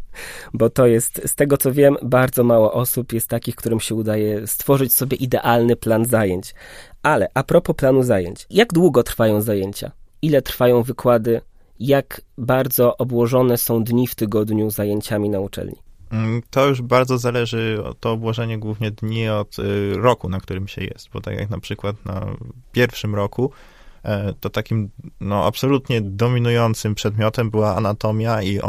S1: Bo to jest, z tego co wiem, bardzo mało osób jest takich, którym się udaje stworzyć sobie idealny plan zajęć. Ale a propos planu zajęć, jak długo trwają zajęcia? Ile trwają wykłady? Jak bardzo obłożone są dni w tygodniu zajęciami na uczelni?
S3: To już bardzo zależy, to obłożenie głównie dni od roku, na którym się jest, bo tak jak na przykład na pierwszym roku, to takim absolutnie dominującym przedmiotem była anatomia i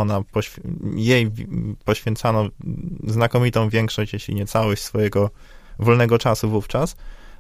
S3: jej poświęcano znakomitą większość, jeśli nie całość swojego wolnego czasu wówczas,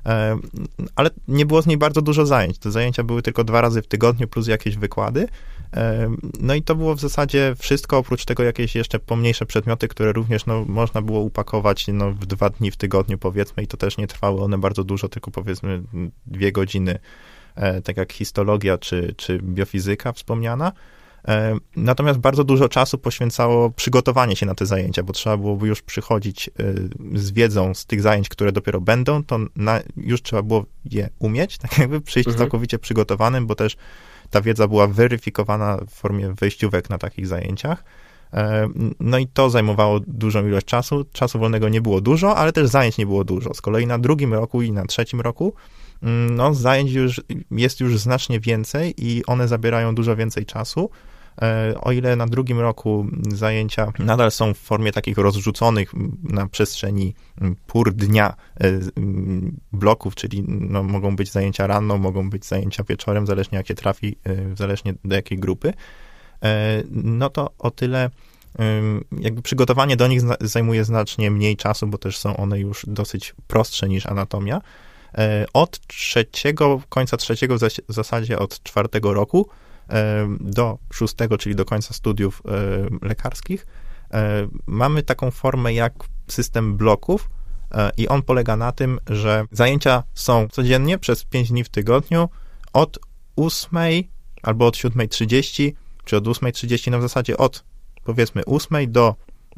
S3: ale nie było z niej bardzo dużo zajęć. Te zajęcia były tylko 2 razy w tygodniu plus jakieś wykłady. No i to było w zasadzie wszystko, oprócz tego jakieś jeszcze pomniejsze przedmioty, które również można było upakować w 2 dni w tygodniu powiedzmy i to też nie trwały one bardzo dużo, tylko powiedzmy 2 godziny tak jak histologia czy biofizyka wspomniana. Natomiast bardzo dużo czasu poświęcało przygotowanie się na te zajęcia, bo trzeba było już przychodzić z wiedzą z tych zajęć, które dopiero będą, to już trzeba było je umieć, tak jakby przyjść całkowicie przygotowanym, bo też ta wiedza była weryfikowana w formie wejściówek na takich zajęciach. No i to zajmowało dużą ilość czasu. Czasu wolnego nie było dużo, ale też zajęć nie było dużo. Z kolei na drugim roku i na trzecim roku no, zajęć jest już znacznie więcej i one zabierają dużo więcej czasu. O ile na drugim roku zajęcia nadal są w formie takich rozrzuconych na przestrzeni pór dnia bloków, czyli no, mogą być zajęcia rano, mogą być zajęcia wieczorem, zależnie jak się trafi, zależnie do jakiej grupy, no to o tyle jakby przygotowanie do nich zajmuje znacznie mniej czasu, bo też są one już dosyć prostsze niż anatomia. Od końca trzeciego, w zasadzie od 4 roku do 6, czyli do końca studiów lekarskich, mamy taką formę jak system bloków i on polega na tym, że zajęcia są codziennie przez 5 dni w tygodniu od 8 albo od 7:30, czy od 8:30, no w zasadzie od powiedzmy 8 do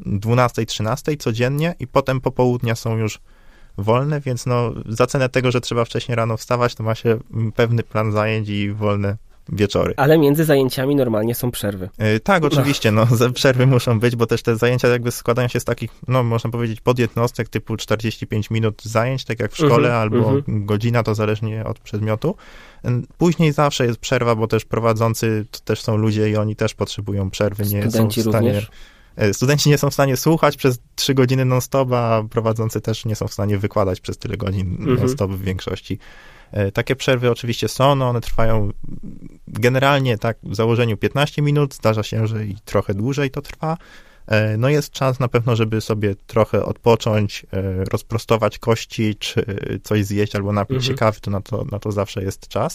S3: 12:13 codziennie i potem popołudnia są już wolne, więc no za cenę tego, że trzeba wcześniej rano wstawać, to ma się pewny plan zajęć i wolne wieczory.
S1: Ale między zajęciami normalnie są przerwy.
S3: Tak, oczywiście, no przerwy muszą być, bo też te zajęcia jakby składają się z takich, no można powiedzieć podjednostek typu 45 minut zajęć, tak jak w szkole, albo godzina, to zależnie od przedmiotu. Później zawsze jest przerwa, bo też prowadzący to też są ludzie i oni też potrzebują przerwy.
S1: Studenci również?
S3: Studenci nie są w stanie słuchać przez 3 godziny non-stop, a prowadzący też nie są w stanie wykładać przez tyle godzin non-stop w większości. Takie przerwy oczywiście są, no one trwają generalnie tak w założeniu 15 minut, zdarza się, że i trochę dłużej to trwa. No jest czas na pewno, żeby sobie trochę odpocząć, rozprostować kości, czy coś zjeść albo napić się kawy, to na to zawsze jest czas.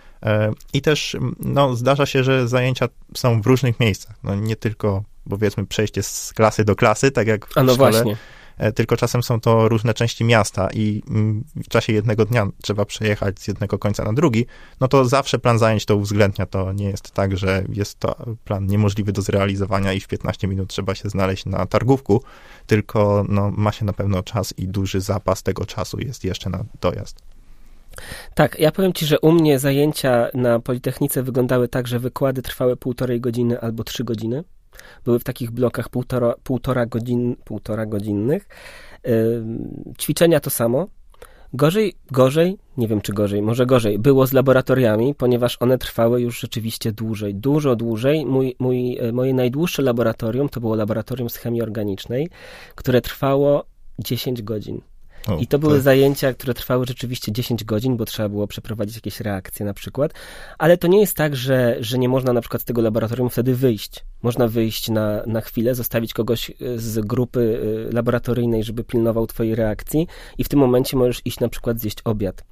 S3: I też no, zdarza się, że zajęcia są w różnych miejscach. No, nie tylko, powiedzmy, przejście z klasy do klasy, tak jak w szkole. Właśnie. Tylko czasem są to różne części miasta i w czasie jednego dnia trzeba przejechać z jednego końca na drugi, no to zawsze plan zajęć to uwzględnia. To nie jest tak, że jest to plan niemożliwy do zrealizowania i w 15 minut trzeba się znaleźć na targówku, tylko no, ma się na pewno czas i duży zapas tego czasu jest jeszcze na dojazd.
S1: Tak, ja powiem ci, że u mnie zajęcia na Politechnice wyglądały tak, że wykłady trwały 1,5 godziny albo 3 godziny. Były w takich blokach półtora godzinnych. Ćwiczenia to samo. Gorzej, nie wiem czy gorzej, może gorzej, było z laboratoriami, ponieważ one trwały już rzeczywiście dłużej, dużo dłużej. Moje najdłuższe laboratorium to było laboratorium z chemii organicznej, które trwało 10 godzin. I to były zajęcia, które trwały rzeczywiście 10 godzin, bo trzeba było przeprowadzić jakieś reakcje na przykład, ale to nie jest tak, że nie można na przykład z tego laboratorium wtedy wyjść. Można wyjść na chwilę, zostawić kogoś z grupy laboratoryjnej, żeby pilnował twojej reakcji i w tym momencie możesz iść na przykład zjeść obiad.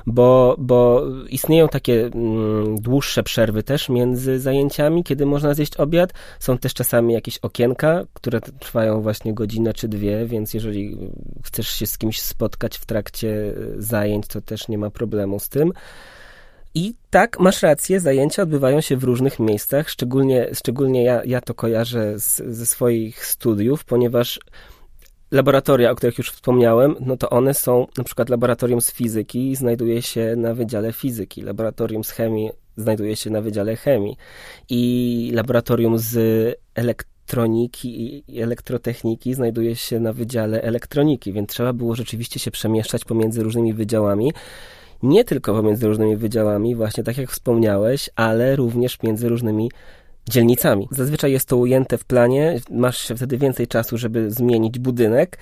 S1: Bo istnieją takie dłuższe przerwy też między zajęciami, kiedy można zjeść obiad. Są też czasami jakieś okienka, które trwają właśnie godzinę czy 2, więc jeżeli chcesz się z kimś spotkać w trakcie zajęć, to też nie ma problemu z tym. I tak, masz rację, zajęcia odbywają się w różnych miejscach, szczególnie ja to kojarzę ze swoich studiów, ponieważ laboratoria, o których już wspomniałem, no to one są, na przykład laboratorium z fizyki znajduje się na Wydziale Fizyki, laboratorium z chemii znajduje się na Wydziale Chemii i laboratorium z elektroniki i elektrotechniki znajduje się na Wydziale Elektroniki, więc trzeba było rzeczywiście się przemieszczać pomiędzy różnymi wydziałami. Nie tylko pomiędzy różnymi wydziałami, właśnie tak jak wspomniałeś, ale również między różnymi dzielnicami. Zazwyczaj jest to ujęte w planie, masz wtedy więcej czasu, żeby zmienić budynek.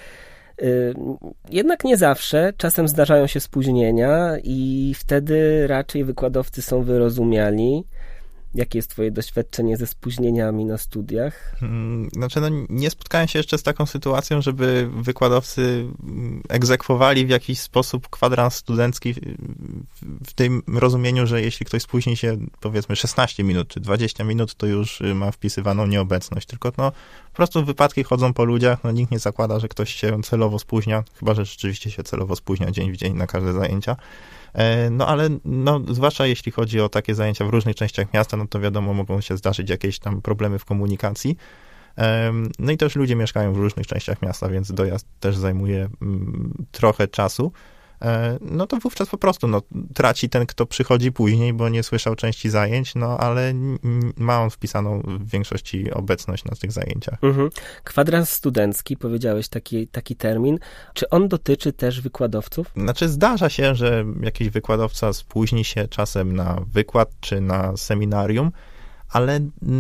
S1: Jednak nie zawsze, czasem zdarzają się spóźnienia i wtedy raczej wykładowcy są wyrozumiali. Jakie jest twoje doświadczenie ze spóźnieniami na studiach?
S3: Znaczy, no, nie spotkałem się jeszcze z taką sytuacją, żeby wykładowcy egzekwowali w jakiś sposób kwadrans studencki w tym rozumieniu, że jeśli ktoś spóźni się, powiedzmy, 16 minut czy 20 minut, to już ma wpisywaną nieobecność. Tylko no, po prostu wypadki chodzą po ludziach, no, nikt nie zakłada, że ktoś się celowo spóźnia, chyba że rzeczywiście się celowo spóźnia dzień w dzień na każde zajęcia. No ale zwłaszcza jeśli chodzi o takie zajęcia w różnych częściach miasta, no to wiadomo, mogą się zdarzyć jakieś tam problemy w komunikacji. No i też ludzie mieszkają w różnych częściach miasta, więc dojazd też zajmuje trochę czasu. No to wówczas po prostu traci ten, kto przychodzi później, bo nie słyszał części zajęć, no ale ma on wpisaną w większości obecność na tych zajęciach.
S1: Kwadrans studencki, powiedziałeś taki termin. Czy on dotyczy też wykładowców?
S3: Znaczy zdarza się, że jakiś wykładowca spóźni się czasem na wykład czy na seminarium, ale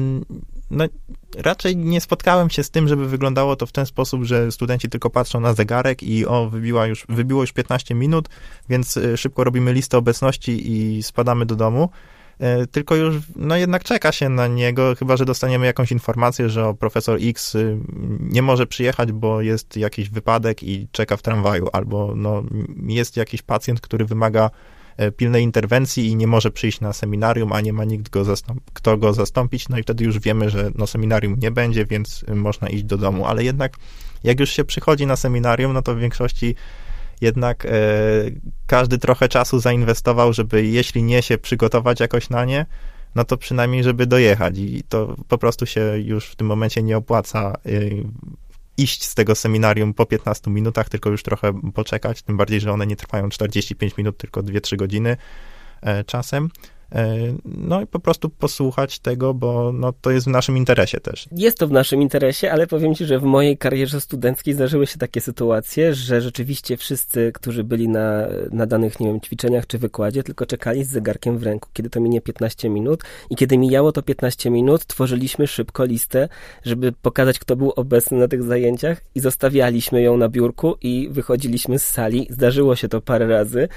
S3: raczej nie spotkałem się z tym, żeby wyglądało to w ten sposób, że studenci tylko patrzą na zegarek i wybiło już 15 minut, więc szybko robimy listę obecności i spadamy do domu. Tylko już, jednak czeka się na niego, chyba że dostaniemy jakąś informację, że profesor X nie może przyjechać, bo jest jakiś wypadek i czeka w tramwaju, albo jest jakiś pacjent, który wymaga pilnej interwencji i nie może przyjść na seminarium, a nie ma nikt, kto go zastąpić, no i wtedy już wiemy, że seminarium nie będzie, więc można iść do domu, ale jednak jak już się przychodzi na seminarium, no to w większości jednak każdy trochę czasu zainwestował, żeby jeśli nie się przygotować jakoś na nie, no to przynajmniej żeby dojechać i to po prostu się już w tym momencie nie opłaca iść z tego seminarium po 15 minutach, tylko już trochę poczekać, tym bardziej, że one nie trwają 45 minut, tylko 2-3 godziny czasem. No i po prostu posłuchać tego, bo to jest w naszym interesie też.
S1: Jest to w naszym interesie, ale powiem ci, że w mojej karierze studenckiej zdarzyły się takie sytuacje, że rzeczywiście wszyscy, którzy byli na danych, ćwiczeniach czy wykładzie, tylko czekali z zegarkiem w ręku, kiedy to minie 15 minut i kiedy mijało to 15 minut, tworzyliśmy szybko listę, żeby pokazać, kto był obecny na tych zajęciach i zostawialiśmy ją na biurku i wychodziliśmy z sali. Zdarzyło się to parę razy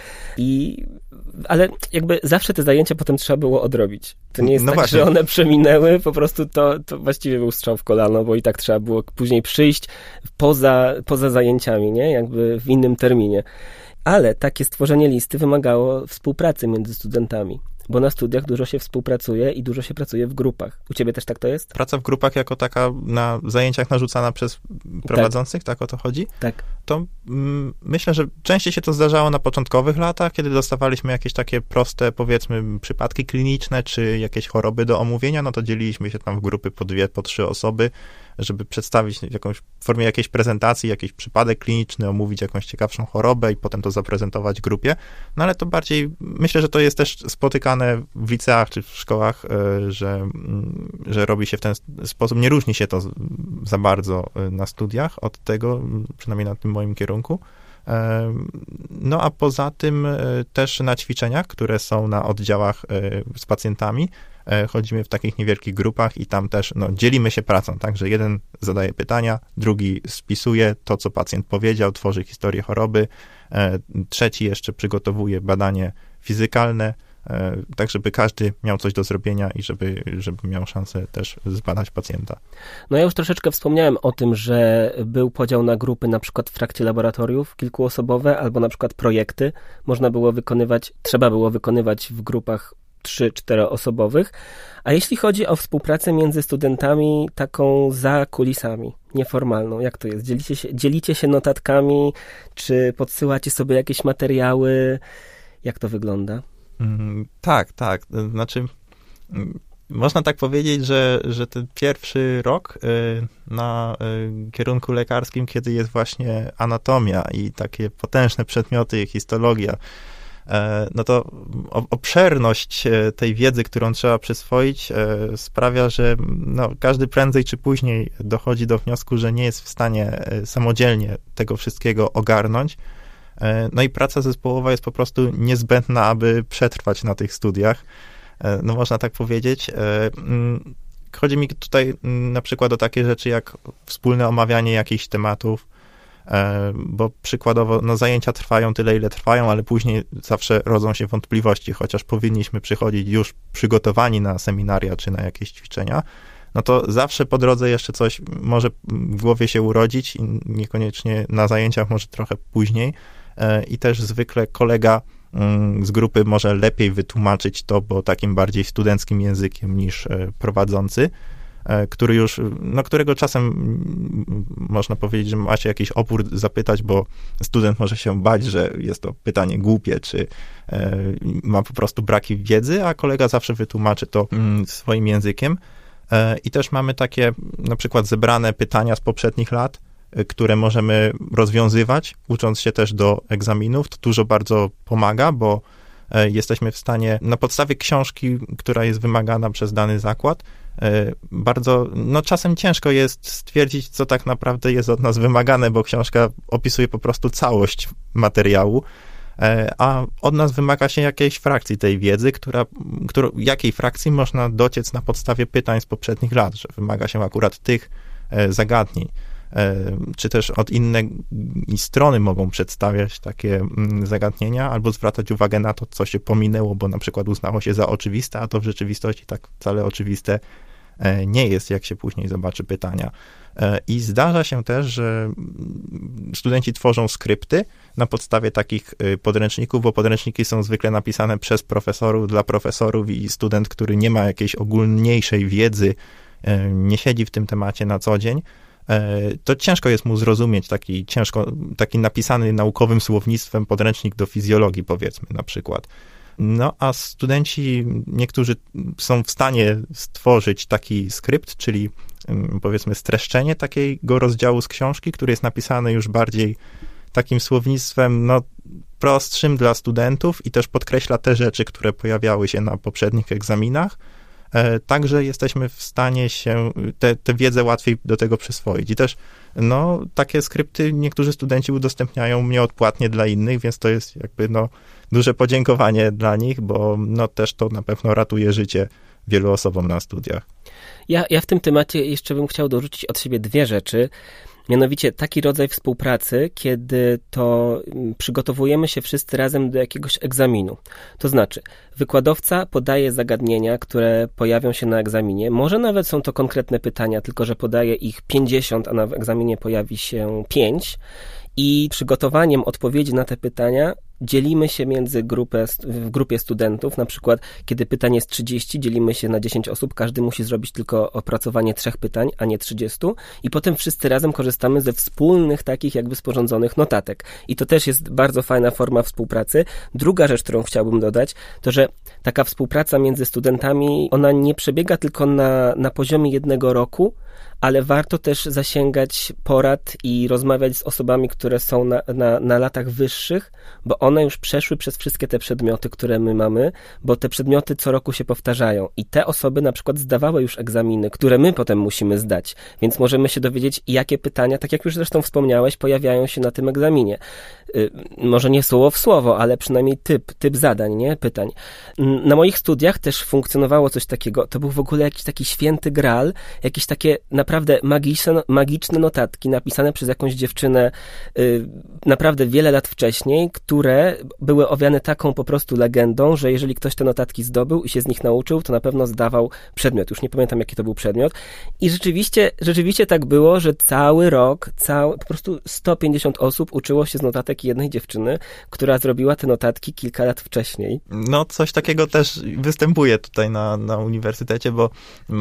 S1: ale jakby zawsze te zajęcia potem trzeba było odrobić. To nie jest tak, właśnie, że one przeminęły, po prostu to właściwie był strzał w kolano, bo i tak trzeba było później przyjść poza zajęciami, nie? Jakby w innym terminie. Ale takie stworzenie listy wymagało współpracy między studentami, bo na studiach dużo się współpracuje i dużo się pracuje w grupach. U ciebie też tak to jest?
S3: Praca w grupach jako taka na zajęciach narzucana przez prowadzących, tak o to chodzi?
S1: Tak.
S3: To myślę, że częściej się to zdarzało na początkowych latach, kiedy dostawaliśmy jakieś takie proste, powiedzmy, przypadki kliniczne, czy jakieś choroby do omówienia, no to dzieliliśmy się tam w grupy po 2, po 3 osoby, żeby przedstawić w formie jakiejś prezentacji, jakiś przypadek kliniczny, omówić jakąś ciekawszą chorobę i potem to zaprezentować grupie. No ale to bardziej, myślę, że to jest też spotykane w liceach czy w szkołach, że robi się w ten sposób. Nie różni się to za bardzo na studiach od tego, przynajmniej na tym moim kierunku. No a poza tym też na ćwiczeniach, które są na oddziałach z pacjentami, chodzimy w takich niewielkich grupach i tam też dzielimy się pracą, tak, że jeden zadaje pytania, drugi spisuje to, co pacjent powiedział, tworzy historię choroby, trzeci jeszcze przygotowuje badanie fizykalne, tak żeby każdy miał coś do zrobienia i żeby miał szansę też zbadać pacjenta.
S1: No ja już troszeczkę wspomniałem o tym, że był podział na grupy, na przykład w trakcie laboratoriów kilkuosobowe, albo na przykład projekty trzeba było wykonywać w grupach 3-4 osobowych, a jeśli chodzi o współpracę między studentami taką za kulisami, nieformalną, jak to jest? Dzielicie się notatkami, czy podsyłacie sobie jakieś materiały? Jak to wygląda?
S3: Tak. Znaczy, można tak powiedzieć, że ten pierwszy rok na kierunku lekarskim, kiedy jest właśnie anatomia i takie potężne przedmioty, histologia, no to obszerność tej wiedzy, którą trzeba przyswoić, sprawia, że każdy prędzej czy później dochodzi do wniosku, że nie jest w stanie samodzielnie tego wszystkiego ogarnąć. No i praca zespołowa jest po prostu niezbędna, aby przetrwać na tych studiach. No można tak powiedzieć. Chodzi mi tutaj na przykład o takie rzeczy jak wspólne omawianie jakichś tematów, bo przykładowo zajęcia trwają tyle, ile trwają, ale później zawsze rodzą się wątpliwości, chociaż powinniśmy przychodzić już przygotowani na seminaria czy na jakieś ćwiczenia, no to zawsze po drodze jeszcze coś może w głowie się urodzić i niekoniecznie na zajęciach, może trochę później i też zwykle kolega z grupy może lepiej wytłumaczyć to, bo takim bardziej studenckim językiem niż prowadzący. który już, no którego czasem można powiedzieć, że macie jakiś opór zapytać, bo student może się bać, że jest to pytanie głupie, czy ma po prostu braki wiedzy, a kolega zawsze wytłumaczy to swoim językiem. I też mamy takie na przykład zebrane pytania z poprzednich lat, które możemy rozwiązywać, ucząc się też do egzaminów. To dużo bardzo pomaga, bo jesteśmy w stanie na podstawie książki, która jest wymagana przez dany zakład, bardzo, no czasem ciężko jest stwierdzić, co tak naprawdę jest od nas wymagane, bo książka opisuje po prostu całość materiału, a od nas wymaga się jakiejś frakcji tej wiedzy, jakiej frakcji można dociec na podstawie pytań z poprzednich lat, że wymaga się akurat tych zagadnień, czy też od innej strony mogą przedstawiać takie zagadnienia, albo zwracać uwagę na to, co się pominęło, bo na przykład uznało się za oczywiste, a to w rzeczywistości tak wcale oczywiste nie jest, jak się później zobaczy pytania. I zdarza się też, że studenci tworzą skrypty na podstawie takich podręczników, bo podręczniki są zwykle napisane przez profesorów, dla profesorów i student, który nie ma jakiejś ogólniejszej wiedzy, nie siedzi w tym temacie na co dzień, to ciężko jest mu zrozumieć taki napisany naukowym słownictwem podręcznik do fizjologii, powiedzmy, na przykład. No, a studenci, niektórzy są w stanie stworzyć taki skrypt, czyli powiedzmy streszczenie takiego rozdziału z książki, który jest napisany już bardziej takim słownictwem, no, prostszym dla studentów i też podkreśla te rzeczy, które pojawiały się na poprzednich egzaminach. Także jesteśmy w stanie się tę wiedzę łatwiej do tego przyswoić. I też no, takie skrypty niektórzy studenci udostępniają nieodpłatnie dla innych, więc to jest jakby no, duże podziękowanie dla nich, bo no, też to na pewno ratuje życie wielu osobom na studiach.
S1: Ja w tym temacie jeszcze bym chciał dorzucić od siebie dwie rzeczy. Mianowicie taki rodzaj współpracy, kiedy to przygotowujemy się wszyscy razem do jakiegoś egzaminu. To znaczy, wykładowca podaje zagadnienia, które pojawią się na egzaminie. Może nawet są to konkretne pytania, tylko że podaje ich 50, a na egzaminie pojawi się 5. I przygotowaniem odpowiedzi na te pytania dzielimy się w grupie studentów, na przykład kiedy pytań jest 30, dzielimy się na 10 osób, każdy musi zrobić tylko opracowanie 3 pytań, a nie 30 i potem wszyscy razem korzystamy ze wspólnych takich jakby sporządzonych notatek. I to też jest bardzo fajna forma współpracy. Druga rzecz, którą chciałbym dodać, to że taka współpraca między studentami, ona nie przebiega tylko na poziomie jednego roku, ale warto też zasięgać porad i rozmawiać z osobami, które są na latach wyższych, bo one już przeszły przez wszystkie te przedmioty, które my mamy, bo te przedmioty co roku się powtarzają i te osoby na przykład zdawały już egzaminy, które my potem musimy zdać, więc możemy się dowiedzieć, jakie pytania, tak jak już zresztą wspomniałeś, pojawiają się na tym egzaminie. Może nie słowo w słowo, ale przynajmniej typ zadań, nie? Pytań. Na moich studiach też funkcjonowało coś takiego, to był w ogóle jakiś taki święty graal, jakieś takie naprawdę magiczne notatki napisane przez jakąś dziewczynę naprawdę wiele lat wcześniej, które były owiane taką po prostu legendą, że jeżeli ktoś te notatki zdobył i się z nich nauczył, to na pewno zdawał przedmiot. Już nie pamiętam, jaki to był przedmiot. I rzeczywiście tak było, że cały rok, po prostu 150 osób uczyło się z notatek jednej dziewczyny, która zrobiła te notatki kilka lat wcześniej.
S3: No, coś takiego też występuje tutaj na uniwersytecie, bo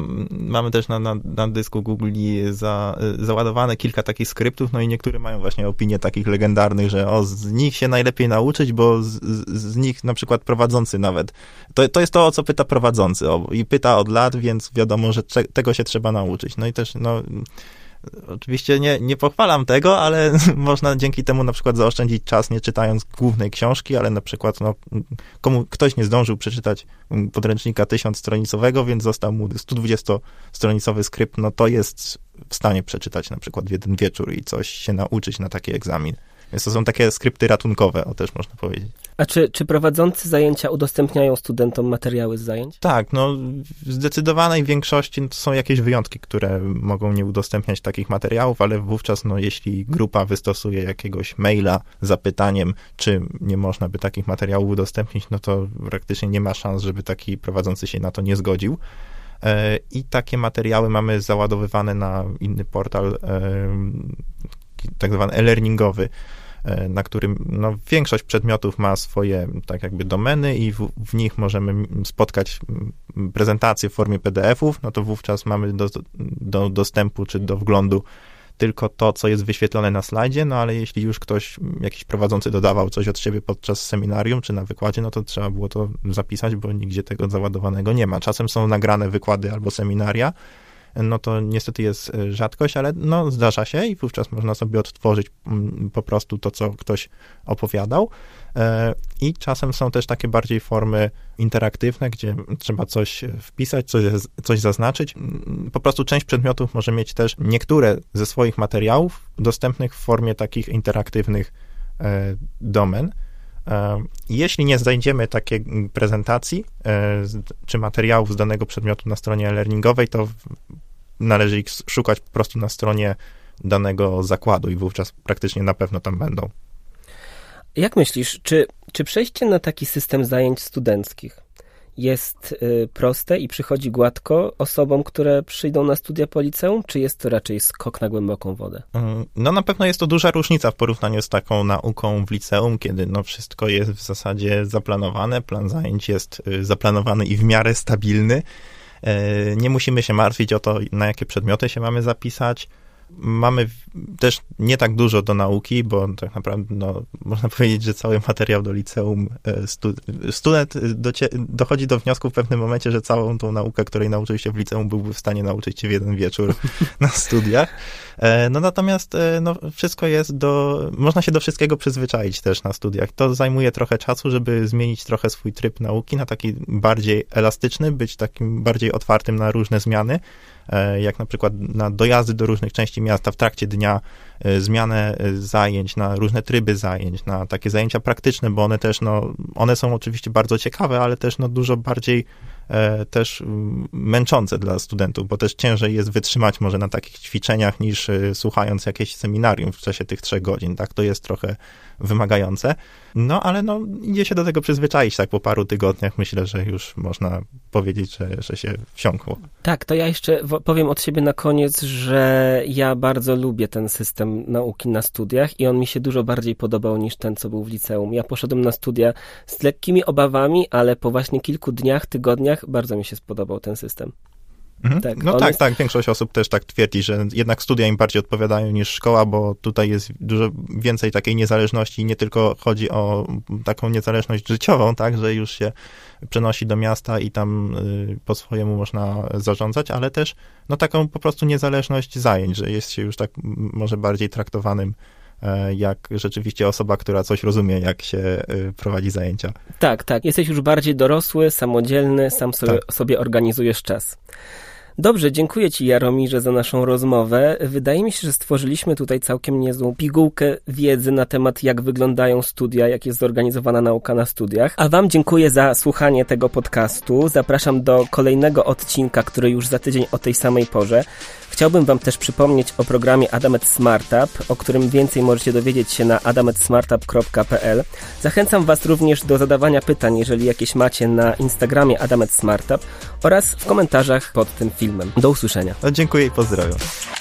S3: mamy też na dysku Google załadowane kilka takich skryptów, no i niektóre mają właśnie opinie takich legendarnych, że z nich się najlepiej nauczyć, bo z nich na przykład prowadzący nawet. To jest to, o co pyta prowadzący i pyta od lat, więc wiadomo, że tego się trzeba nauczyć. No i też, no, oczywiście nie pochwalam tego, ale można dzięki temu na przykład zaoszczędzić czas, nie czytając głównej książki, ale na przykład no, ktoś nie zdążył przeczytać podręcznika 1000-stronicowego, więc został mu 120-stronicowy skrypt, no to jest w stanie przeczytać na przykład w jeden wieczór i coś się nauczyć na taki egzamin. Więc to są takie skrypty ratunkowe, też można powiedzieć.
S1: A czy prowadzący zajęcia udostępniają studentom materiały z zajęć?
S3: Tak, no w zdecydowanej większości to są jakieś wyjątki, które mogą nie udostępniać takich materiałów, ale wówczas, no jeśli grupa wystosuje jakiegoś maila z zapytaniem, czy nie można by takich materiałów udostępnić, no to praktycznie nie ma szans, żeby taki prowadzący się na to nie zgodził. I takie materiały mamy załadowywane na inny portal, tak zwany e-learningowy, na którym no, większość przedmiotów ma swoje tak jakby domeny i w nich możemy spotkać prezentacje w formie PDF-ów, no to wówczas mamy do dostępu czy do wglądu tylko to, co jest wyświetlone na slajdzie, no ale jeśli już ktoś, jakiś prowadzący dodawał coś od siebie podczas seminarium czy na wykładzie, no to trzeba było to zapisać, bo nigdzie tego załadowanego nie ma. Czasem są nagrane wykłady albo seminaria, no to niestety jest rzadkość, ale no zdarza się i wówczas można sobie odtworzyć po prostu to, co ktoś opowiadał. I czasem są też takie bardziej formy interaktywne, gdzie trzeba coś wpisać, coś zaznaczyć. Po prostu część przedmiotów może mieć też niektóre ze swoich materiałów dostępnych w formie takich interaktywnych domen. Jeśli nie znajdziemy takiej prezentacji czy materiałów z danego przedmiotu na stronie e-learningowej, to należy ich szukać po prostu na stronie danego zakładu i wówczas praktycznie na pewno tam będą.
S1: Jak myślisz, czy przejście na taki system zajęć studenckich jest proste i przychodzi gładko osobom, które przyjdą na studia po liceum, czy jest to raczej skok na głęboką wodę?
S3: No na pewno jest to duża różnica w porównaniu z taką nauką w liceum, kiedy no wszystko jest w zasadzie zaplanowane, plan zajęć jest zaplanowany i w miarę stabilny. Nie musimy się martwić o to, na jakie przedmioty się mamy zapisać. Mamy też nie tak dużo do nauki, bo tak naprawdę no, można powiedzieć, że cały materiał do liceum student dochodzi do wniosku w pewnym momencie, że całą tą naukę, której nauczył się w liceum, byłby w stanie nauczyć się w jeden wieczór na studiach. No natomiast no, wszystko jest można się do wszystkiego przyzwyczaić też na studiach. To zajmuje trochę czasu, żeby zmienić trochę swój tryb nauki na taki bardziej elastyczny, być takim bardziej otwartym na różne zmiany, jak na przykład na dojazdy do różnych części miasta w trakcie dnia, zmianę zajęć, na różne tryby zajęć, na takie zajęcia praktyczne, bo one też, no, one są oczywiście bardzo ciekawe, ale też no, dużo bardziej też męczące dla studentów, bo też ciężej jest wytrzymać może na takich ćwiczeniach niż słuchając jakieś seminarium w czasie tych 3 godzin, tak? To jest trochę wymagające, no ale no idzie się do tego przyzwyczaić, tak po paru tygodniach myślę, że już można powiedzieć, że się wsiąkło.
S1: Tak, to ja jeszcze powiem od siebie na koniec, że ja bardzo lubię ten system nauki na studiach i on mi się dużo bardziej podobał niż ten, co był w liceum. Ja poszedłem na studia z lekkimi obawami, ale po właśnie kilku dniach, tygodniach bardzo mi się spodobał ten system.
S3: Tak, no tak, większość osób też tak twierdzi, że jednak studia im bardziej odpowiadają niż szkoła, bo tutaj jest dużo więcej takiej niezależności i nie tylko chodzi o taką niezależność życiową, tak, że już się przenosi do miasta i tam po swojemu można zarządzać, ale też no taką po prostu niezależność zajęć, że jest się już tak może bardziej traktowanym jak rzeczywiście osoba, która coś rozumie, jak się prowadzi zajęcia.
S1: Tak. Jesteś już bardziej dorosły, samodzielny, sam sobie organizujesz czas. Dobrze, dziękuję Ci, Jaromirze, za naszą rozmowę. Wydaje mi się, że stworzyliśmy tutaj całkiem niezłą pigułkę wiedzy na temat, jak wyglądają studia, jak jest zorganizowana nauka na studiach. A Wam dziękuję za słuchanie tego podcastu. Zapraszam do kolejnego odcinka, który już za tydzień o tej samej porze. Chciałbym Wam też przypomnieć o programie Adamet Smartup, o którym więcej możecie dowiedzieć się na adametsmartup.pl. Zachęcam Was również do zadawania pytań, jeżeli jakieś macie na Instagramie Adamet Smartup oraz w komentarzach pod tym filmem. Do usłyszenia.
S3: No, dziękuję i pozdrawiam.